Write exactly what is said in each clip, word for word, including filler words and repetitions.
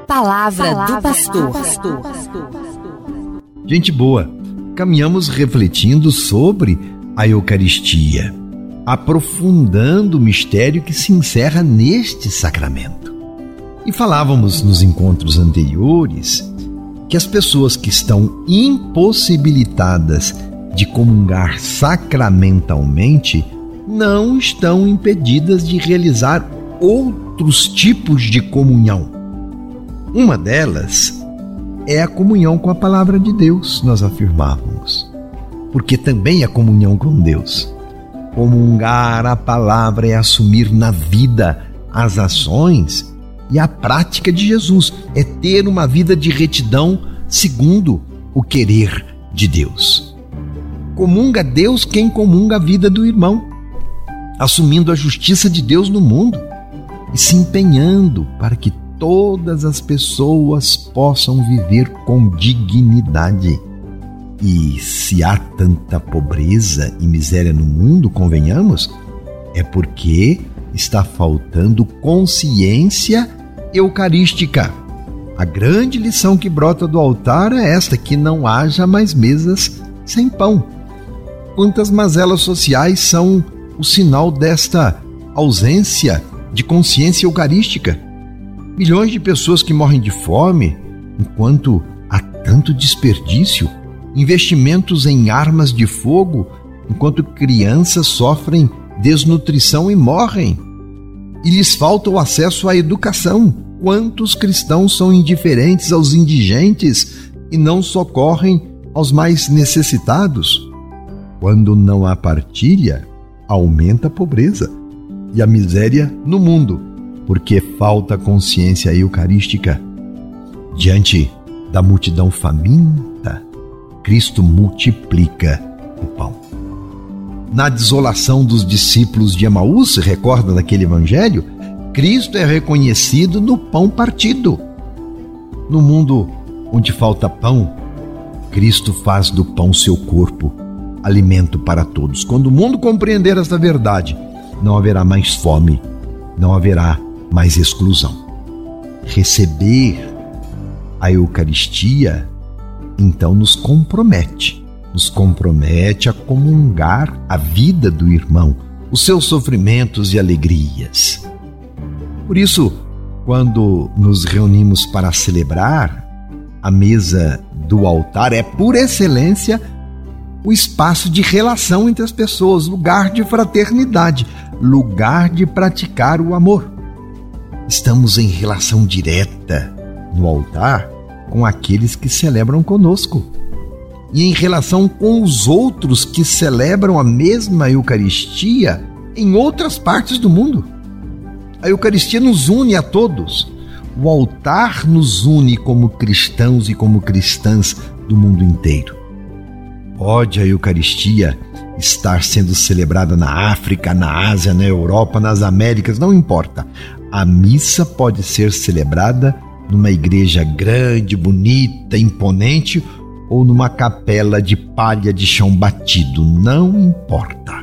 Palavra, Palavra do pastor. pastor. Gente boa, caminhamos refletindo sobre a Eucaristia, aprofundando o mistério que se encerra neste sacramento. E falávamos nos encontros anteriores que as pessoas que estão impossibilitadas de comungar sacramentalmente não estão impedidas de realizar outros tipos de comunhão. Uma delas é a comunhão com a palavra de Deus, nós afirmávamos, porque também é comunhão com Deus. Comungar a palavra é assumir na vida as ações e a prática de Jesus, é ter uma vida de retidão segundo o querer de Deus. Comunga Deus quem comunga a vida do irmão, assumindo a justiça de Deus no mundo e se empenhando para que todas as pessoas possam viver com dignidade. E se há tanta pobreza e miséria no mundo, convenhamos, é porque está faltando consciência eucarística. A grande lição que brota do altar é esta, que não haja mais mesas sem pão. Quantas mazelas sociais são o sinal desta ausência de consciência eucarística? Milhões de pessoas que morrem de fome, enquanto há tanto desperdício, investimentos em armas de fogo, enquanto crianças sofrem desnutrição e morrem. E lhes falta o acesso à educação. Quantos cristãos são indiferentes aos indigentes e não socorrem aos mais necessitados? Quando não há partilha, aumenta a pobreza e a miséria no mundo, porque falta consciência eucarística. Diante da multidão faminta, Cristo multiplica o pão. Na desolação dos discípulos de Emaús, se recorda daquele evangelho, Cristo é reconhecido no pão partido. No mundo onde falta pão, Cristo faz do pão seu corpo, alimento para todos. Quando o mundo compreender esta verdade, não haverá mais fome, não haverá mais exclusão. Receber a Eucaristia, então, nos compromete, nos compromete a comungar a vida do irmão, os seus sofrimentos e alegrias. Por isso, quando nos reunimos para celebrar, a mesa do altar é, por excelência, o espaço de relação entre as pessoas, lugar de fraternidade, lugar de praticar o amor. Estamos em relação direta no altar com aqueles que celebram conosco e em relação com os outros que celebram a mesma Eucaristia em outras partes do mundo. A Eucaristia nos une a todos. O altar nos une como cristãos e como cristãs do mundo inteiro. Pode a Eucaristia estar sendo celebrada na África, na Ásia, na Europa, nas Américas, não importa. A missa pode ser celebrada numa igreja grande, bonita, imponente ou numa capela de palha de chão batido, não importa.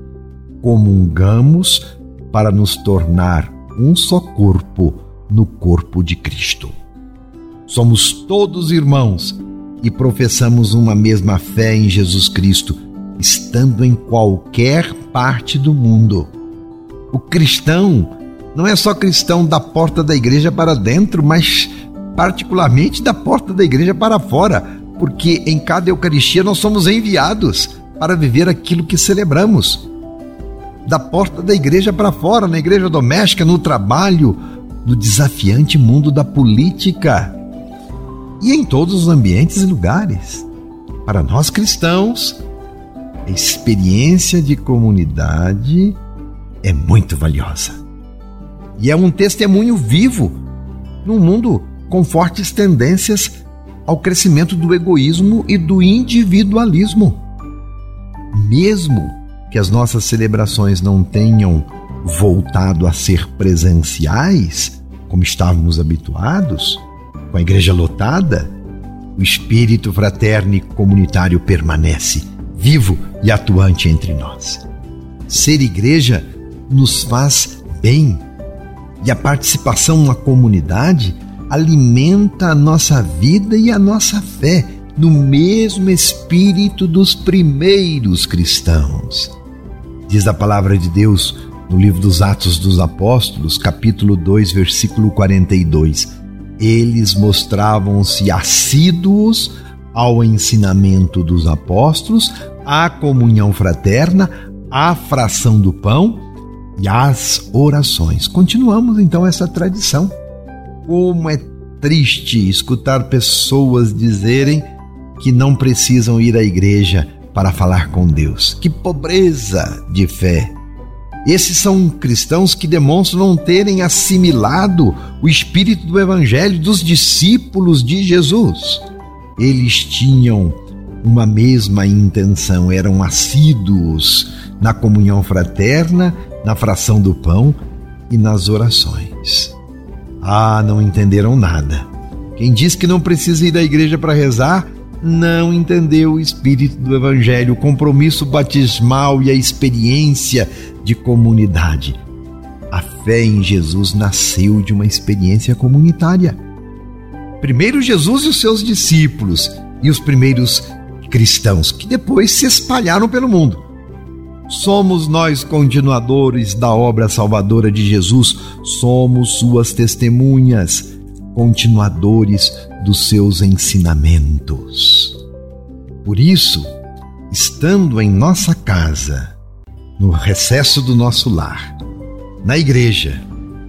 Comungamos para nos tornar um só corpo no corpo de Cristo. Somos todos irmãos e professamos uma mesma fé em Jesus Cristo, estando em qualquer parte do mundo. O cristão não é só cristão da porta da igreja para dentro, mas particularmente da porta da igreja para fora, porque em cada Eucaristia nós somos enviados para viver aquilo que celebramos. Da porta da igreja para fora, na igreja doméstica, no trabalho, no desafiante mundo da política e em todos os ambientes e lugares. Para nós cristãos, a experiência de comunidade é muito valiosa. E é um testemunho vivo num mundo com fortes tendências ao crescimento do egoísmo e do individualismo. Mesmo que as nossas celebrações não tenham voltado a ser presenciais, como estávamos habituados, com a igreja lotada, o espírito fraterno e comunitário permanece vivo e atuante entre nós. Ser igreja nos faz bem, e a participação na comunidade alimenta a nossa vida e a nossa fé no mesmo espírito dos primeiros cristãos. Diz a palavra de Deus no livro dos Atos dos Apóstolos, capítulo dois, versículo quarenta e dois. Eles mostravam-se assíduos ao ensinamento dos apóstolos, à comunhão fraterna, à fração do pão e às orações. Continuamos então essa tradição. Como é triste escutar pessoas dizerem que não precisam ir à igreja para falar com Deus. Que pobreza de fé! Esses são cristãos que demonstram não terem assimilado o espírito do Evangelho dos discípulos de Jesus. Eles tinham uma mesma intenção, eram assíduos na comunhão fraterna, na fração do pão e nas orações. Ah, não entenderam nada. Quem diz que não precisa ir à igreja para rezar, não entendeu o espírito do Evangelho, o compromisso batismal e a experiência de comunidade. A fé em Jesus nasceu de uma experiência comunitária. Primeiro Jesus e os seus discípulos e os primeiros cristãos, que depois se espalharam pelo mundo. Somos nós continuadores da obra salvadora de Jesus, somos suas testemunhas, continuadores dos seus ensinamentos. Por isso, estando em nossa casa, no recesso do nosso lar, na igreja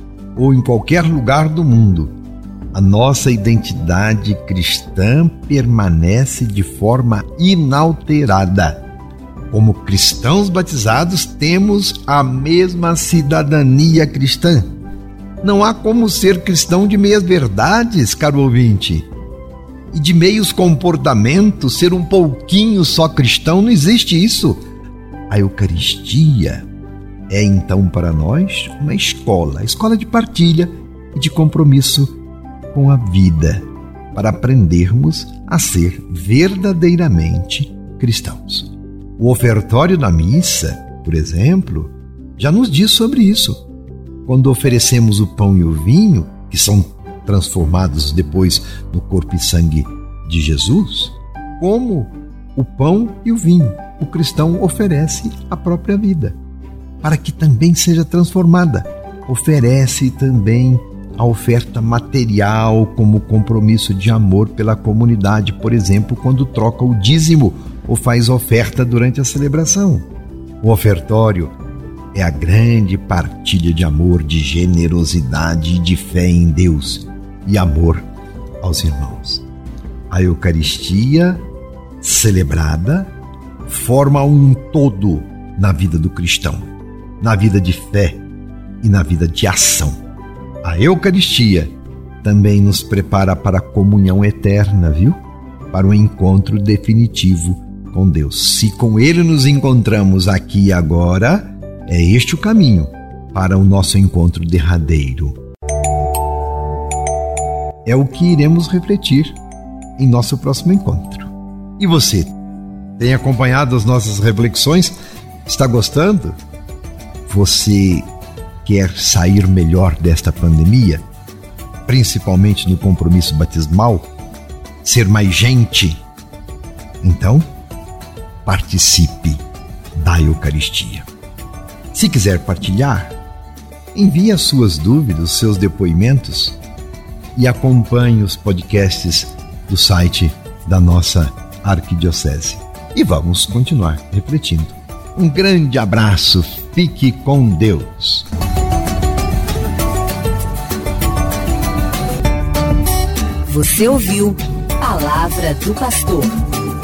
ou em qualquer lugar do mundo, a nossa identidade cristã permanece de forma inalterada. Como cristãos batizados, temos a mesma cidadania cristã. Não há como ser cristão de meias verdades, caro ouvinte. E de meios comportamentos, ser um pouquinho só cristão, não existe isso. A Eucaristia é então para nós uma escola, escola de partilha e de compromisso com a vida, para aprendermos a ser verdadeiramente cristãos. O ofertório da missa, por exemplo, já nos diz sobre isso. Quando oferecemos o pão e o vinho, que são transformados depois no corpo e sangue de Jesus, como o pão e o vinho, o cristão oferece a própria vida, para que também seja transformada. Oferece também a oferta material como compromisso de amor pela comunidade, por exemplo, quando troca o dízimo ou faz oferta durante a celebração. O ofertório é a grande partilha de amor, de generosidade e de fé em Deus e amor aos irmãos. A Eucaristia celebrada forma um todo na vida do cristão, na vida de fé e na vida de ação. A Eucaristia também nos prepara para a comunhão eterna, viu? Para o encontro definitivo com Deus. Se com Ele nos encontramos aqui e agora, é este o caminho para o nosso encontro derradeiro. É o que iremos refletir em nosso próximo encontro. E você, tem acompanhado as nossas reflexões? Está gostando? Você quer sair melhor desta pandemia? Principalmente no compromisso batismal? Ser mais gente? Então, participe da Eucaristia. Se quiser partilhar, envie as suas dúvidas, seus depoimentos e acompanhe os podcasts do site da nossa Arquidiocese. E vamos continuar refletindo. Um grande abraço, fique com Deus. Você ouviu Palavra do Pastor.